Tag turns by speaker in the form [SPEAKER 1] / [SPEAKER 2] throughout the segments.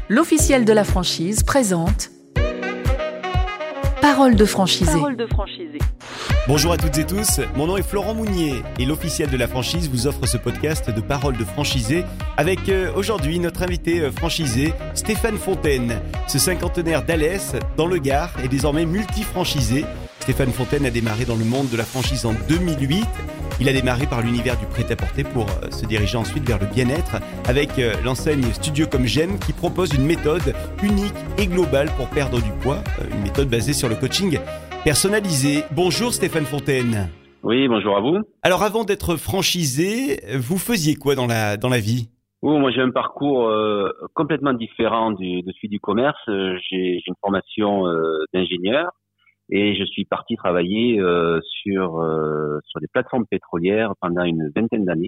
[SPEAKER 1] L'officiel de la franchise présente Parole de franchisé.
[SPEAKER 2] Parole de franchisé.
[SPEAKER 3] Bonjour à toutes et tous, mon nom est Florent Mounier et l'officiel de la franchise vous offre ce podcast de Parole de franchisé avec aujourd'hui notre invité franchisé Stéphane Fontaine. Ce cinquantenaire d'Alès dans le Gard est désormais multi-franchisé. Stéphane Fontaine a démarré dans le monde de la franchise en 2008. Il a démarré par l'univers du prêt-à-porter pour se diriger ensuite vers le bien-être avec l'enseigne Studio Comme J'aime qui propose une méthode unique et globale pour perdre du poids, une méthode basée sur le coaching personnalisé. Bonjour Stéphane Fontaine.
[SPEAKER 4] Oui, bonjour à vous.
[SPEAKER 3] Alors avant d'être franchisé, vous faisiez quoi dans la vie ?
[SPEAKER 4] Moi j'ai un parcours complètement différent de celui du commerce. J'ai une formation d'ingénieur. Et je suis parti travailler sur des plateformes pétrolières pendant une vingtaine d'années.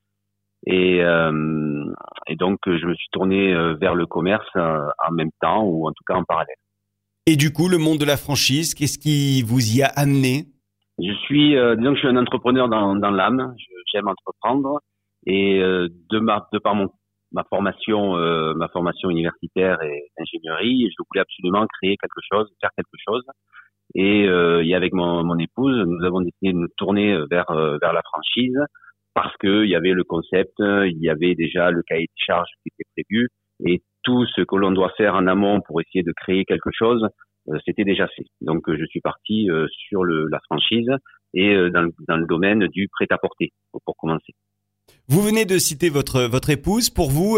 [SPEAKER 4] Et donc je me suis tourné vers le commerce en même temps, ou en tout cas en parallèle.
[SPEAKER 3] Et du coup, le monde de la franchise, qu'est-ce qui vous y a amené ?
[SPEAKER 4] Je suis un entrepreneur dans l'âme. J'aime entreprendre. Et de par ma formation universitaire et d'ingénierie, je voulais absolument créer quelque chose, faire quelque chose. Et avec mon épouse, nous avons décidé de nous tourner vers la franchise parce que il y avait le concept, il y avait déjà le cahier de charges qui était prévu et tout ce que l'on doit faire en amont pour essayer de créer quelque chose, c'était déjà fait. Donc je suis parti sur la franchise et dans le domaine du prêt-à-porter pour commencer.
[SPEAKER 3] Vous venez de citer votre épouse. Pour vous,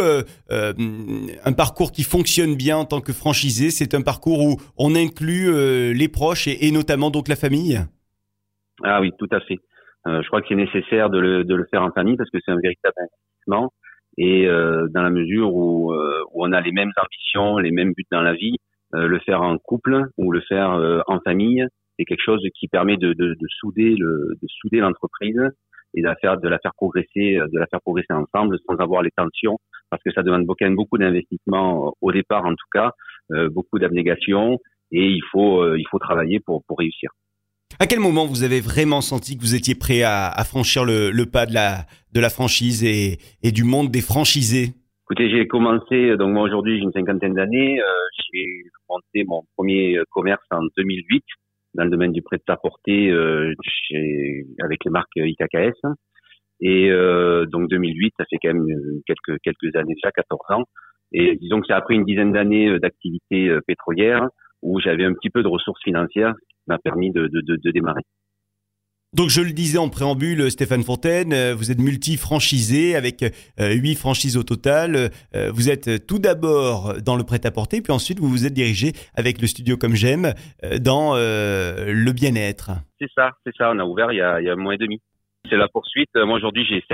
[SPEAKER 3] un parcours qui fonctionne bien en tant que franchisé, c'est un parcours où on inclut les proches et notamment donc la famille ?
[SPEAKER 4] Ah oui, tout à fait. Je crois que c'est nécessaire de le faire en famille parce que c'est un véritable investissement. Et dans la mesure où on a les mêmes ambitions, les mêmes buts dans la vie, le faire en couple ou le faire en famille, c'est quelque chose qui permet de souder l'entreprise et de la faire progresser ensemble sans avoir les tensions, parce que ça demande quand même beaucoup d'investissement au départ en tout cas, beaucoup d'abnégation, et il faut travailler pour réussir.
[SPEAKER 3] À quel moment vous avez vraiment senti que vous étiez prêt à franchir le pas de la franchise et du monde des franchisés ?
[SPEAKER 4] Écoutez, j'ai commencé, donc moi aujourd'hui j'ai une cinquantaine d'années, j'ai monté mon premier commerce en 2008. Dans le domaine du prêt-à-porter avec les marques IKKS. Et donc 2008, ça fait quand même quelques années déjà, 14 ans. Et disons que ça a pris une dizaine d'années d'activité pétrolière où j'avais un petit peu de ressources financières qui m'a permis de démarrer.
[SPEAKER 3] Donc je le disais en préambule, Stéphane Fontaine, vous êtes multi-franchisé avec 8 franchises au total. Vous êtes tout d'abord dans le prêt-à-porter, puis ensuite vous vous êtes dirigé avec le Studio Comme J'aime dans le bien-être.
[SPEAKER 4] C'est ça. On a ouvert il y a un mois et demi. C'est la poursuite. Moi aujourd'hui j'ai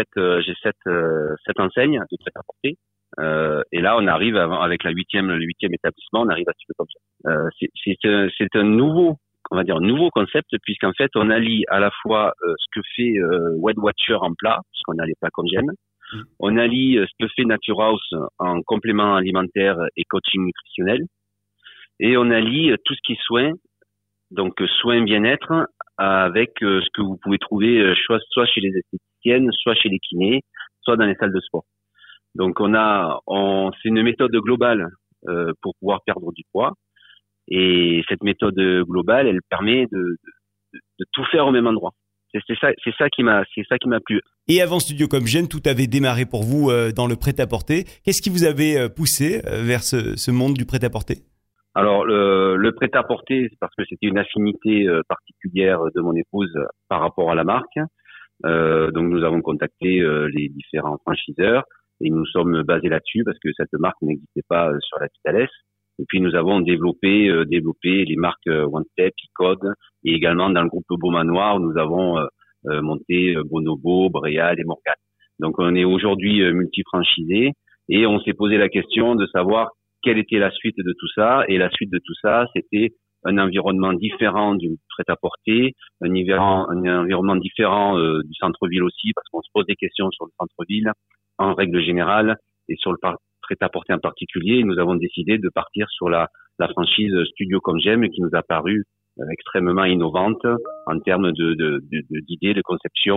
[SPEAKER 4] sept enseignes de prêt-à-porter. Et là on arrive avec le huitième établissement, on arrive à Studio Comme J'aime. C'est un nouveau concept, puisqu'en fait on allie à la fois ce que fait Weight Watcher en plat, puisqu'on a les plats comme j'aime, on allie ce que fait Nature House en complément alimentaire et coaching nutritionnel, et on allie tout ce qui est soins, donc soins bien-être, avec ce que vous pouvez trouver soit chez les esthéticiennes, soit chez les kinés, soit dans les salles de sport. Donc c'est une méthode globale pour pouvoir perdre du poids. Et cette méthode globale, elle permet de tout faire au même endroit. C'est ça qui m'a plu.
[SPEAKER 3] Et avant Studio Comme J'aime, tout avait démarré pour vous dans le prêt-à-porter. Qu'est-ce qui vous avait poussé vers ce monde du prêt-à-porter ? Alors
[SPEAKER 4] le prêt-à-porter, c'est parce que c'était une affinité particulière de mon épouse par rapport à la marque. Donc nous avons contacté les différents franchiseurs et nous sommes basés là-dessus parce que cette marque n'existait pas sur la petite Alès. Et puis nous avons développé les marques One Step, E-Code, et également dans le groupe Beaumanoir, nous avons monté Bonobo, Bréal et Morgane. Donc on est aujourd'hui multi-franchisé et on s'est posé la question de savoir quelle était la suite de tout ça. Et la suite de tout ça, c'était un environnement différent du prêt-à-porter, un environnement différent du centre-ville aussi, parce qu'on se pose des questions sur le centre-ville en règle générale et sur le prêt-à-porter en particulier. Nous avons décidé de partir sur la franchise Studio Comme J'aime, qui nous a paru extrêmement innovante en termes d'idées, de conception.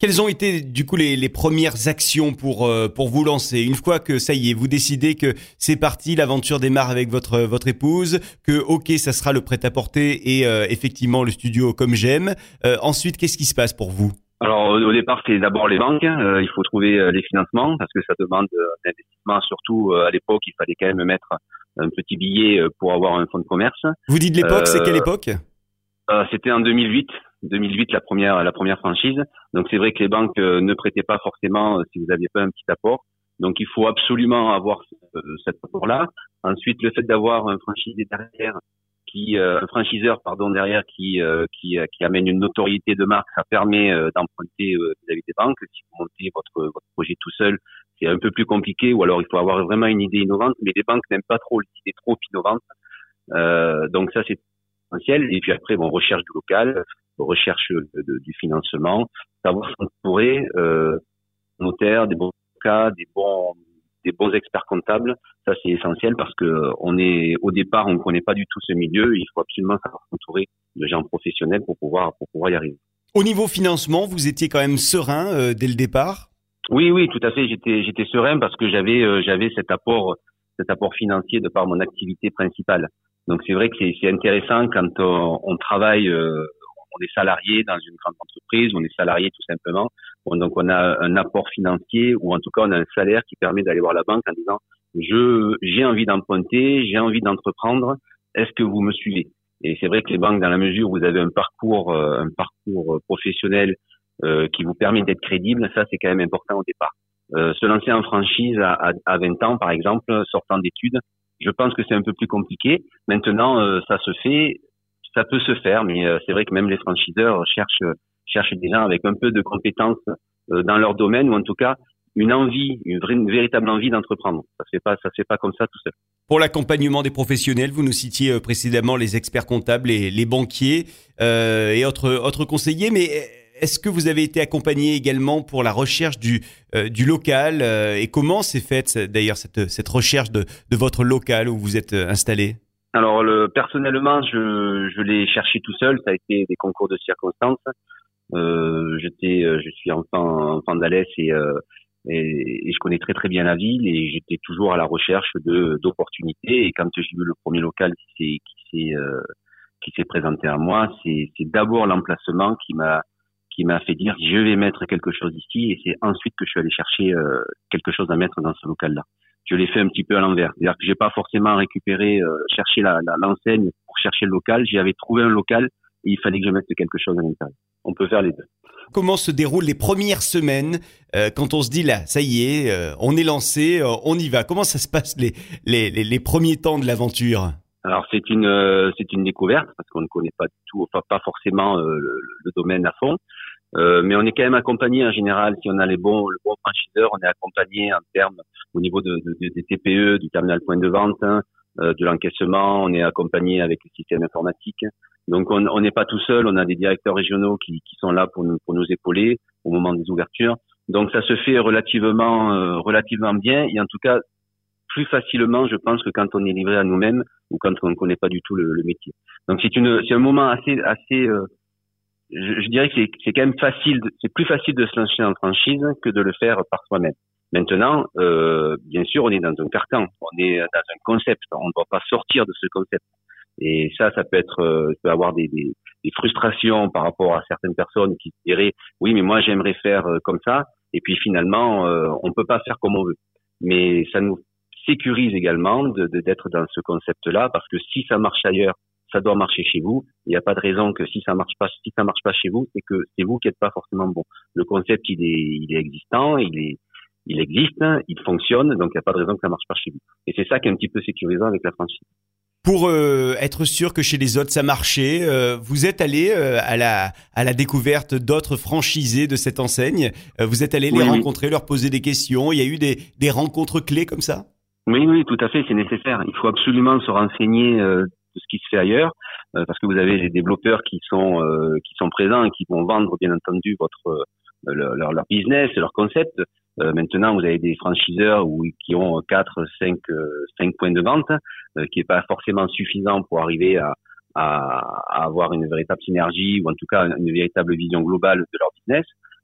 [SPEAKER 3] Quelles ont été du coup les premières actions pour vous lancer? Une fois que ça y est, vous décidez que c'est parti, l'aventure démarre avec votre épouse, que ok, ça sera le prêt-à-porter et effectivement le studio comme j'aime. Ensuite, qu'est-ce qui se passe pour vous?
[SPEAKER 4] Alors au départ, c'est d'abord les banques. Il faut trouver les financements parce que ça demande un investissement. Surtout à l'époque, il fallait quand même mettre un petit billet pour avoir un fonds de commerce.
[SPEAKER 3] Vous dites l'époque, c'est quelle époque?
[SPEAKER 4] C'était en 2008. 2008 la première franchise. Donc c'est vrai que les banques ne prêtaient pas forcément si vous n'aviez pas un petit apport. Donc il faut absolument avoir cet apport-là. Ensuite, le fait d'avoir un franchiseur derrière qui amène une notoriété de marque, ça permet d'emprunter vis-à-vis des banques. Si vous montez votre projet tout seul, c'est un peu plus compliqué, ou alors il faut avoir vraiment une idée innovante. Mais les banques n'aiment pas trop les idées trop innovantes. Donc ça c'est essentiel. Et puis après, recherche du local, recherche du financement, savoir s'entourer, notaires, des bons avocats, des bons experts comptables. Ça, c'est essentiel parce que au départ, on ne connaît pas du tout ce milieu. Il faut absolument savoir s'entourer de gens professionnels pour pouvoir y arriver.
[SPEAKER 3] Au niveau financement, vous étiez quand même serein dès le départ?
[SPEAKER 4] Oui, tout à fait. J'étais serein parce que j'avais cet apport financier de par mon activité principale. Donc c'est vrai que c'est intéressant quand on travaille, on est salarié dans une grande entreprise, on est salarié tout simplement. Donc on a un apport financier ou en tout cas on a un salaire qui permet d'aller voir la banque en disant j'ai envie d'emprunter, j'ai envie d'entreprendre, est-ce que vous me suivez? Et c'est vrai que les banques, dans la mesure où vous avez un parcours professionnel qui vous permet d'être crédible, ça c'est quand même important au départ. Se lancer en franchise à 20 ans par exemple, sortant d'études, je pense que c'est un peu plus compliqué. Maintenant, ça peut se faire, mais c'est vrai que même les franchiseurs cherchent des gens avec un peu de compétences dans leur domaine, ou en tout cas une véritable envie d'entreprendre. Ça se fait pas comme ça tout seul.
[SPEAKER 3] Pour l'accompagnement des professionnels, vous nous citiez précédemment les experts comptables, les banquiers et autres conseillers, mais est-ce que vous avez été accompagné également pour la recherche du local et comment s'est faite d'ailleurs cette recherche de votre local où vous êtes installé?
[SPEAKER 4] Alors personnellement, je l'ai cherché tout seul. Ça a été des concours de circonstances. Je suis enfant d'Alès et je connais très très bien la ville et j'étais toujours à la recherche d'opportunités. Et quand j'ai vu le premier local qui s'est présenté à moi, c'est d'abord l'emplacement qui m'a fait dire je vais mettre quelque chose ici, et c'est ensuite que je suis allé chercher quelque chose à mettre dans ce local-là. Je l'ai fait un petit peu à l'envers, c'est-à-dire que j'ai pas forcément cherché l'enseigne pour chercher le local. J'avais trouvé un local et il fallait que je mette quelque chose à l'intérieur. On peut faire les deux.
[SPEAKER 3] Comment se déroulent les premières semaines quand on se dit là, ça y est, on est lancé, on y va? Comment ça se passe les premiers temps de l'aventure?
[SPEAKER 4] Alors c'est une découverte parce qu'on ne connaît pas du tout, enfin pas forcément le domaine à fond, mais on est quand même accompagné en général. Si on a le bon franchiseur, on est accompagné en termes au niveau des TPE, du terminal point de vente, de l'encaissement. On est accompagné avec le système informatique. Donc on n'est pas tout seul. On a des directeurs régionaux qui sont là pour nous épauler au moment des ouvertures. Donc ça se fait relativement bien et en tout cas plus facilement, je pense, que quand on est livré à nous-mêmes ou quand on ne connaît pas du tout le métier. Donc c'est un moment assez je dirais que c'est quand même c'est plus facile de se lancer en franchise que de le faire par soi-même. Maintenant, bien sûr, on est dans un carcan, on est dans un concept, on ne doit pas sortir de ce concept. Et ça peut avoir des frustrations par rapport à certaines personnes qui diraient oui, mais moi j'aimerais faire comme ça, et puis finalement on peut pas faire comme on veut. Mais ça nous sécurise également d'être dans ce concept-là, parce que si ça marche ailleurs, ça doit marcher chez vous. Il n'y a pas de raison que si ça marche pas chez vous, c'est que c'est vous qui n'êtes pas forcément bon. Le concept, il est existant, il existe, il fonctionne, donc il n'y a pas de raison que ça marche pas chez vous. Et c'est ça qui est un petit peu sécurisant avec la franchise.
[SPEAKER 3] Pour être sûr que chez les autres ça marchait, vous êtes allé à la découverte d'autres franchisés de cette enseigne. Vous êtes allé les rencontrer, leur poser des questions. Il y a eu des rencontres clés comme ça?
[SPEAKER 4] Oui, tout à fait, c'est nécessaire. Il faut absolument se renseigner de ce qui se fait ailleurs, parce que vous avez des développeurs qui sont présents et qui vont vendre bien entendu leur business, leur concept. Maintenant, vous avez des franchiseurs qui ont 5 points de vente, qui est pas forcément suffisant pour arriver à avoir une véritable synergie ou en tout cas une véritable vision globale de leur business.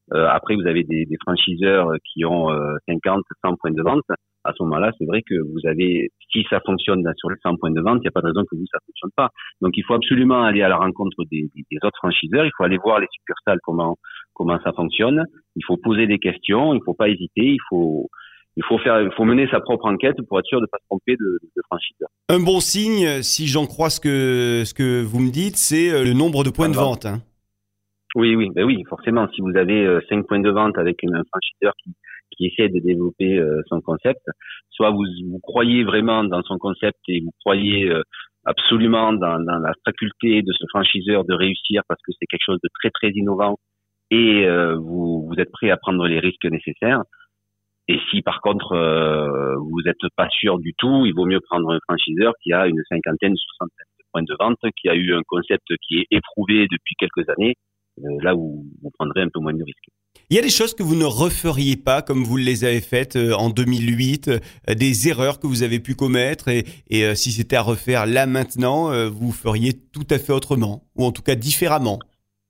[SPEAKER 4] Après, vous avez des franchiseurs qui ont 50, 100 points de vente. À ce moment-là, c'est vrai que vous avez, si ça fonctionne sur les 100 points de vente, il n'y a pas de raison que vous, ça fonctionne pas. Donc, il faut absolument aller à la rencontre des autres franchiseurs. Il faut aller voir les succursales, comment ça fonctionne. Il faut poser des questions. Il faut pas hésiter. Il faut mener sa propre enquête pour être sûr de pas se tromper de franchiseur.
[SPEAKER 3] Un bon signe, si j'en crois ce que vous me dites, c'est le nombre de points de vente. Hein.
[SPEAKER 4] Oui, forcément. Si vous avez 5 points de vente avec un franchiseur qui essaie de développer son concept, soit vous croyez vraiment dans son concept et vous croyez absolument dans la faculté de ce franchiseur de réussir parce que c'est quelque chose de très très innovant et vous êtes prêt à prendre les risques nécessaires. Et si par contre vous n'êtes pas sûr du tout, il vaut mieux prendre un franchiseur qui a une cinquantaine, 60 de points de vente, qui a eu un concept qui est éprouvé depuis quelques années. Là où vous prendrez un peu moins de risques.
[SPEAKER 3] Il y a des choses que vous ne referiez pas comme vous les avez faites en 2008, des erreurs que vous avez pu commettre et si c'était à refaire là maintenant, vous feriez tout à fait autrement ou en tout cas différemment.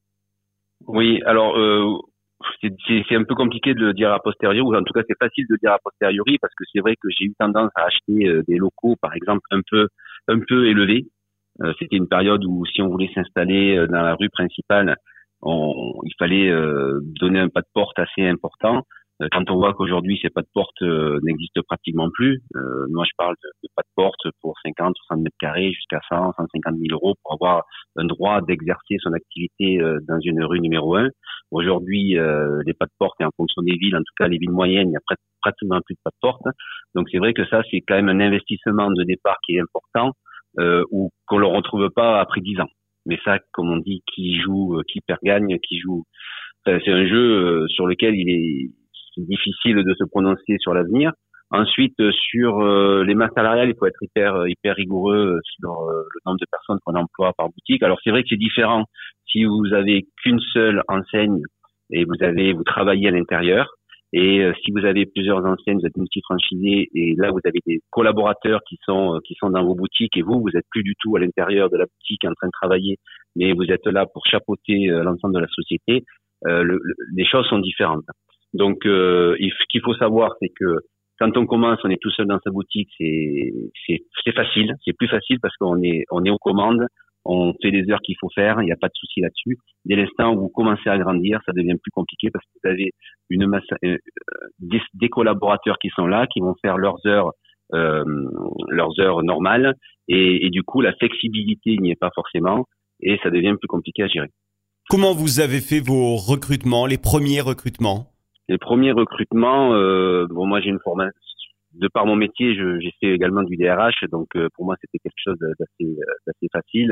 [SPEAKER 4] Oui, alors c'est un peu compliqué de le dire a posteriori, ou en tout cas c'est facile de le dire a posteriori parce que c'est vrai que j'ai eu tendance à acheter des locaux par exemple un peu élevés. C'était une période où si on voulait s'installer dans la rue principale, il fallait donner un pas de porte assez important. Quand on voit qu'aujourd'hui ces pas de porte n'existent pratiquement plus, moi je parle de pas de porte pour 50, 60 mètres carrés jusqu'à 100, 150 000 euros pour avoir un droit d'exercer son activité dans une rue numéro 1. Aujourd'hui, les pas de porte, et en fonction des villes, en tout cas les villes moyennes, il y a pratiquement plus de pas de porte. Donc c'est vrai que ça c'est quand même un investissement de départ qui est important ou qu'on ne le retrouve pas après 10 ans. Mais ça, comme on dit, qui perd gagne, qui joue. C'est un jeu sur lequel il est difficile de se prononcer sur l'avenir. Ensuite, sur les masses salariales, il faut être hyper rigoureux sur le nombre de personnes qu'on emploie par boutique. Alors c'est vrai que c'est différent si vous avez qu'une seule enseigne et vous travaillez à l'intérieur. Et si vous avez plusieurs enseignes, vous êtes multi-franchisé et là vous avez des collaborateurs qui sont dans vos boutiques et vous êtes plus du tout à l'intérieur de la boutique en train de travailler, mais vous êtes là pour chapeauter l'ensemble de la société. Les choses sont différentes. Donc ce qu'il faut savoir, c'est que quand on commence, on est tout seul dans sa boutique, c'est facile, c'est plus facile parce qu'on est aux commandes. On fait les heures qu'il faut faire, il n'y a pas de souci là-dessus. Dès l'instant où vous commencez à grandir, ça devient plus compliqué parce que vous avez une masse, des collaborateurs qui sont là, qui vont faire leurs heures normales, et du coup la flexibilité n'y est pas forcément, et ça devient plus compliqué à gérer.
[SPEAKER 3] Comment vous avez fait vos recrutements, les premiers recrutements?
[SPEAKER 4] Les premiers recrutements, moi j'ai une formation. De par mon métier, j'ai fait également du DRH, donc pour moi c'était quelque chose d'assez facile.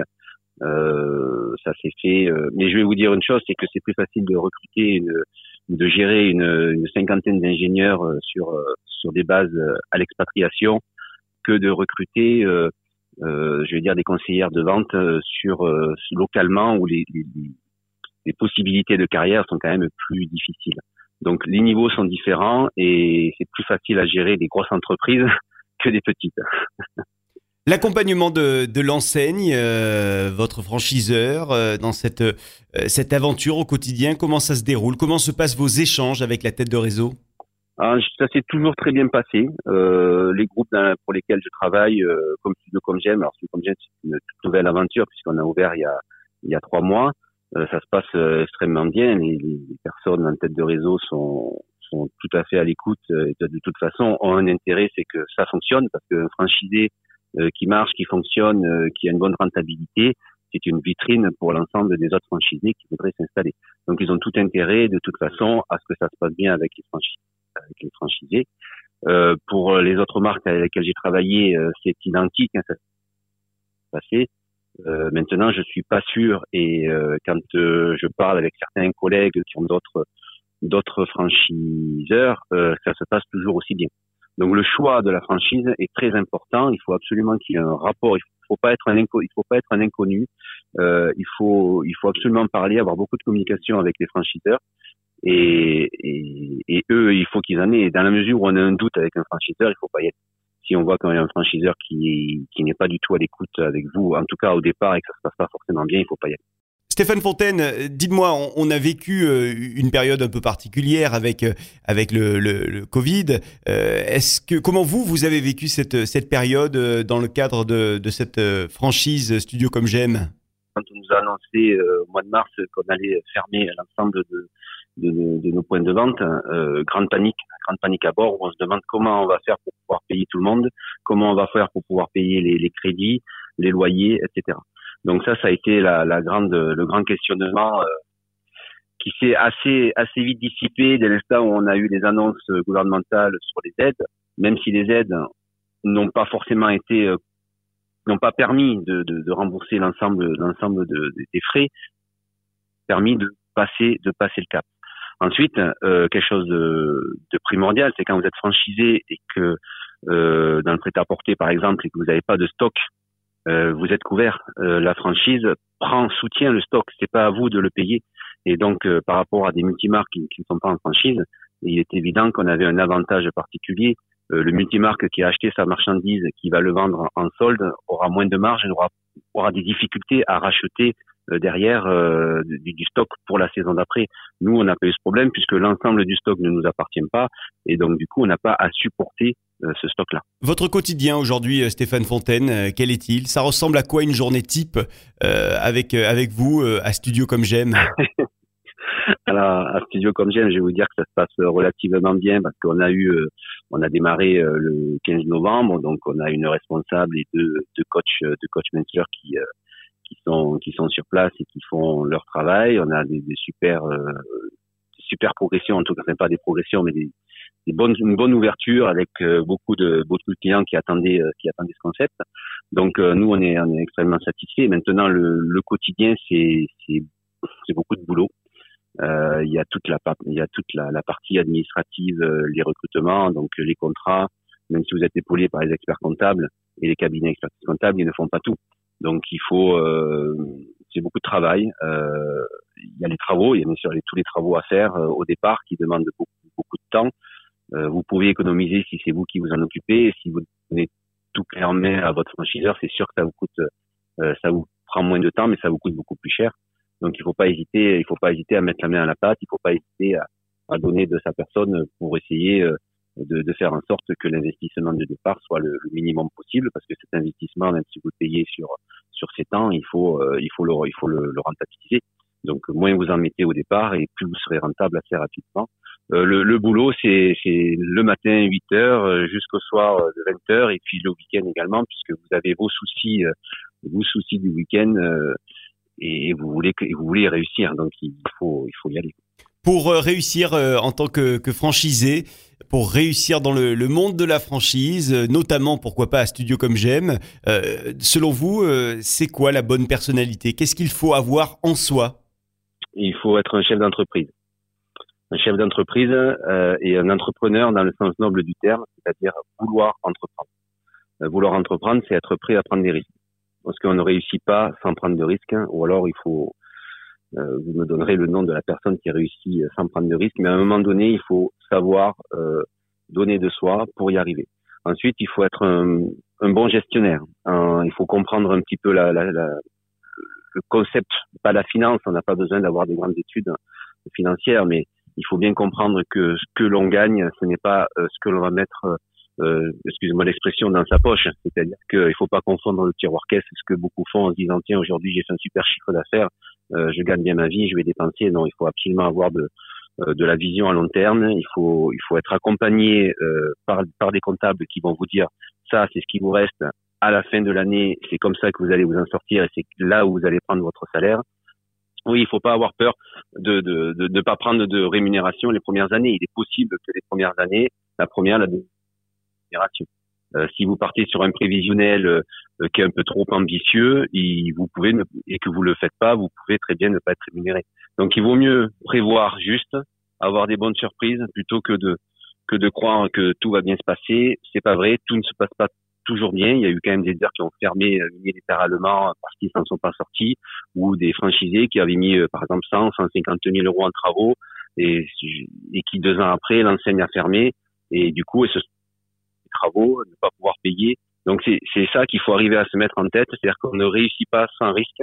[SPEAKER 4] Ça s'est fait, mais je vais vous dire une chose, c'est que c'est plus facile de recruter, de gérer une cinquantaine d'ingénieurs sur des bases à l'expatriation que de recruter, je vais dire des conseillères de vente localement où les possibilités de carrière sont quand même plus difficiles. Donc les niveaux sont différents et c'est plus facile à gérer des grosses entreprises que des petites.
[SPEAKER 3] L'accompagnement de l'enseigne, votre franchiseur, dans cette aventure au quotidien, comment ça se déroule? Comment se passent vos échanges avec la tête de réseau?
[SPEAKER 4] Ça s'est toujours très bien passé. Les groupes pour lesquels je travaille, comme Studio Comme J'aime, alors Studio Comme J'aime c'est une toute nouvelle aventure puisqu'on a ouvert il y a 3 mois. Ça se passe extrêmement bien. Les personnes en tête de réseau sont tout à fait à l'écoute et de toute façon ont un intérêt, c'est que ça fonctionne parce qu'un franchisé qui marche, qui fonctionne, qui a une bonne rentabilité, c'est une vitrine pour l'ensemble des autres franchisés qui voudraient s'installer. Donc ils ont tout intérêt de toute façon à ce que ça se passe bien avec les franchisés. Pour les autres marques avec lesquelles j'ai travaillé, c'est identique, ça s'est passé. Maintenant, je suis pas sûr et quand je parle avec certains collègues qui ont d'autres franchiseurs, ça se passe toujours aussi bien. Donc le choix de la franchise est très important. Il faut absolument qu'il y ait un rapport. Il faut pas être un inconnu. Il faut absolument parler, avoir beaucoup de communication avec les franchiseurs. Et eux, il faut qu'ils en aient. Dans la mesure où on a un doute avec un franchiseur, il faut pas y être. Si on voit qu'il y a un franchiseur qui n'est pas du tout à l'écoute avec vous, en tout cas au départ, et que ça se passe pas forcément bien, il faut pas y être.
[SPEAKER 3] Stéphane Fontaine, dites-moi, on a vécu une période un peu particulière avec le Covid. Comment vous avez vécu cette période dans le cadre de cette franchise Studio Comme J'aime?
[SPEAKER 4] Quand on nous a annoncé au mois de mars qu'on allait fermer l'ensemble de nos points de vente, grande panique à bord, où on se demande comment on va faire pour pouvoir payer tout le monde, comment on va faire pour pouvoir payer les crédits, les loyers, etc. Donc ça a été le grand questionnement qui s'est assez vite dissipé dès l'instant où on a eu les annonces gouvernementales sur les aides, même si les aides n'ont pas forcément n'ont pas permis de rembourser l'ensemble des frais, permis de passer le cap. Ensuite, quelque chose de primordial, c'est quand vous êtes franchisé et que dans le prêt-à-porter par exemple et que vous n'avez pas de stock, vous êtes couvert. La franchise soutient le stock. C'est pas à vous de le payer. Et donc, par rapport à des multimarques qui ne sont pas en franchise, il est évident qu'on avait un avantage particulier. Le multimarque qui a acheté sa marchandise, qui va le vendre en solde, aura moins de marge et aura des difficultés à racheter derrière du stock pour la saison d'après. Nous, on n'a pas eu ce problème puisque l'ensemble du stock ne nous appartient pas et donc du coup, on n'a pas à supporter ce stock-là. Votre quotidien aujourd'hui, Stéphane Fontaine, quel est-il? Ça ressemble à quoi une journée type avec vous à Studio Comme J'aime? Alors, à Studio Comme J'aime, je vais vous dire que ça se passe relativement bien parce qu'on a démarré le 15 novembre, donc on a une responsable et deux coach mentors qui sont sur place et qui font leur travail. On a des super progressions, en tout cas, enfin, pas des progressions, mais une bonne ouverture avec beaucoup de clients qui attendaient ce concept. Donc nous on est extrêmement satisfaits. Maintenant le quotidien c'est beaucoup de boulot. Il y a toute la partie administrative, les recrutements, donc les contrats. Même si vous êtes épaulé par les experts comptables et les cabinets expertise comptables, ils ne font pas tout. Donc il faut c'est beaucoup de travail. Il y a les travaux, il y a bien sûr tous les travaux à faire au départ qui demandent beaucoup de temps. Vous pouvez économiser si c'est vous qui vous en occupez. Et si vous donnez tout clé en main à votre franchiseur, c'est sûr que ça vous prend moins de temps, mais ça vous coûte beaucoup plus cher. Donc il faut pas hésiter à mettre la main à la pâte. Il faut pas hésiter à donner de sa personne pour essayer de faire en sorte que l'investissement de départ soit le minimum possible, parce que cet investissement, même si vous le payez sur 7 ans, il faut le rentabiliser. Donc moins vous en mettez au départ et plus vous serez rentable assez rapidement. Le boulot, c'est le matin 8h jusqu'au soir de 20h et puis le week-end également, puisque vous avez vos soucis du week-end et vous voulez réussir. Donc il faut y aller. Pour réussir en tant que franchisé, pour réussir dans le monde de la franchise, notamment pourquoi pas à Studio Comme J'aime, selon vous, c'est quoi la bonne personnalité? Qu'est-ce qu'il faut avoir en soi? Il faut être un chef d'entreprise. Un chef d'entreprise et un entrepreneur dans le sens noble du terme, c'est-à-dire vouloir entreprendre. Vouloir entreprendre, c'est être prêt à prendre des risques. Parce qu'on ne réussit pas sans prendre de risques, ou alors il faut... vous me donnerez le nom de la personne qui réussit sans prendre de risques, mais à un moment donné, il faut savoir donner de soi pour y arriver. Ensuite, il faut être un bon gestionnaire. Il faut comprendre un petit peu le concept, pas la finance. On n'a pas besoin d'avoir des grandes études financières, mais il faut bien comprendre que ce que l'on gagne, ce n'est pas ce que l'on va mettre, excusez-moi l'expression, dans sa poche. C'est-à-dire qu'il faut pas confondre le tiroir caisse, ce que beaucoup font en se disant tiens, aujourd'hui j'ai fait un super chiffre d'affaires, je gagne bien ma vie, je vais dépenser. Non, il faut absolument avoir de la vision à long terme. Il faut être accompagné par des comptables qui vont vous dire ça, c'est ce qui vous reste à la fin de l'année, c'est comme ça que vous allez vous en sortir et c'est là où vous allez prendre votre salaire. Oui, il faut pas avoir peur de pas prendre de rémunération les premières années. Il est possible que les premières années, la deuxième rémunération. Si vous partez sur un prévisionnel qui est un peu trop ambitieux, vous pouvez et que vous le faites pas, vous pouvez très bien ne pas être rémunéré. Donc il vaut mieux prévoir juste, avoir des bonnes surprises plutôt que de croire que tout va bien se passer. C'est pas vrai, tout ne se passe pas toujours bien. Il y a eu quand même des heures qui ont fermé unilatéralement parce qu'ils s'en sont pas sortis, ou des franchisés qui avaient mis par exemple 150 000 euros en travaux et qui 2 ans après l'enseigne a fermé et du coup ce travaux, ne pas pouvoir payer. Donc c'est ça qu'il faut arriver à se mettre en tête, c'est-à-dire qu'on ne réussit pas sans risque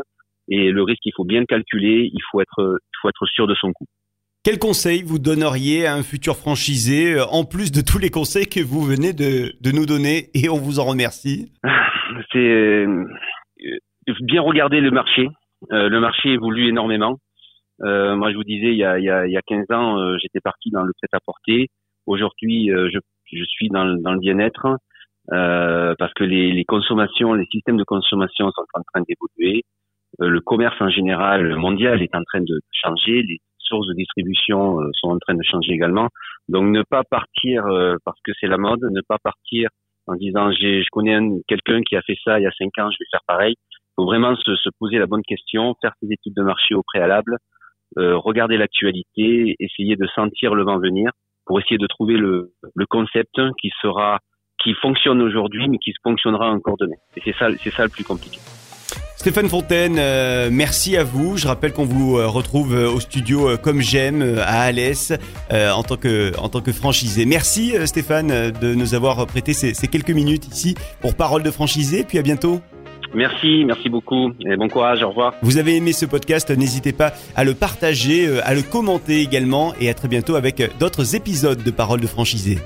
[SPEAKER 4] Et le risque, il faut bien le calculer, il faut être sûr de son coup.
[SPEAKER 3] Quel conseil vous donneriez à un futur franchisé, en plus de tous les conseils que vous venez de nous donner, et on vous en remercie?
[SPEAKER 4] C'est bien regarder le marché. Le marché évolue énormément. Moi, je vous disais, il y a 15 ans, j'étais parti dans le prêt-à-porter. Aujourd'hui, je suis dans le bien-être parce que les consommations, les systèmes de consommation sont en train d'évoluer. Le commerce en général mondial est en train de changer. Les sources de distribution sont en train de changer également. Donc, ne pas partir parce que c'est la mode, ne pas partir en disant je connais quelqu'un qui a fait ça il y a 5 ans, je vais faire pareil. Il faut vraiment se poser la bonne question, faire ses études de marché au préalable, regarder l'actualité, essayer de sentir le vent venir pour essayer de trouver le concept qui fonctionne aujourd'hui mais qui fonctionnera encore demain. Et c'est ça le plus compliqué.
[SPEAKER 3] Stéphane Fontaine, merci à vous. Je rappelle qu'on vous retrouve au studio Comme J'aime à Alès en tant que franchisé. Merci Stéphane de nous avoir prêté ces quelques minutes ici pour Parole de franchisé. Puis à bientôt.
[SPEAKER 4] Merci beaucoup et bon courage, au revoir.
[SPEAKER 3] Vous avez aimé ce podcast, n'hésitez pas à le partager, à le commenter également et à très bientôt avec d'autres épisodes de Parole de franchisé.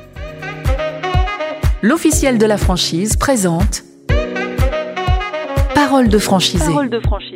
[SPEAKER 1] L'officiel de la franchise présente Parole de franchisé.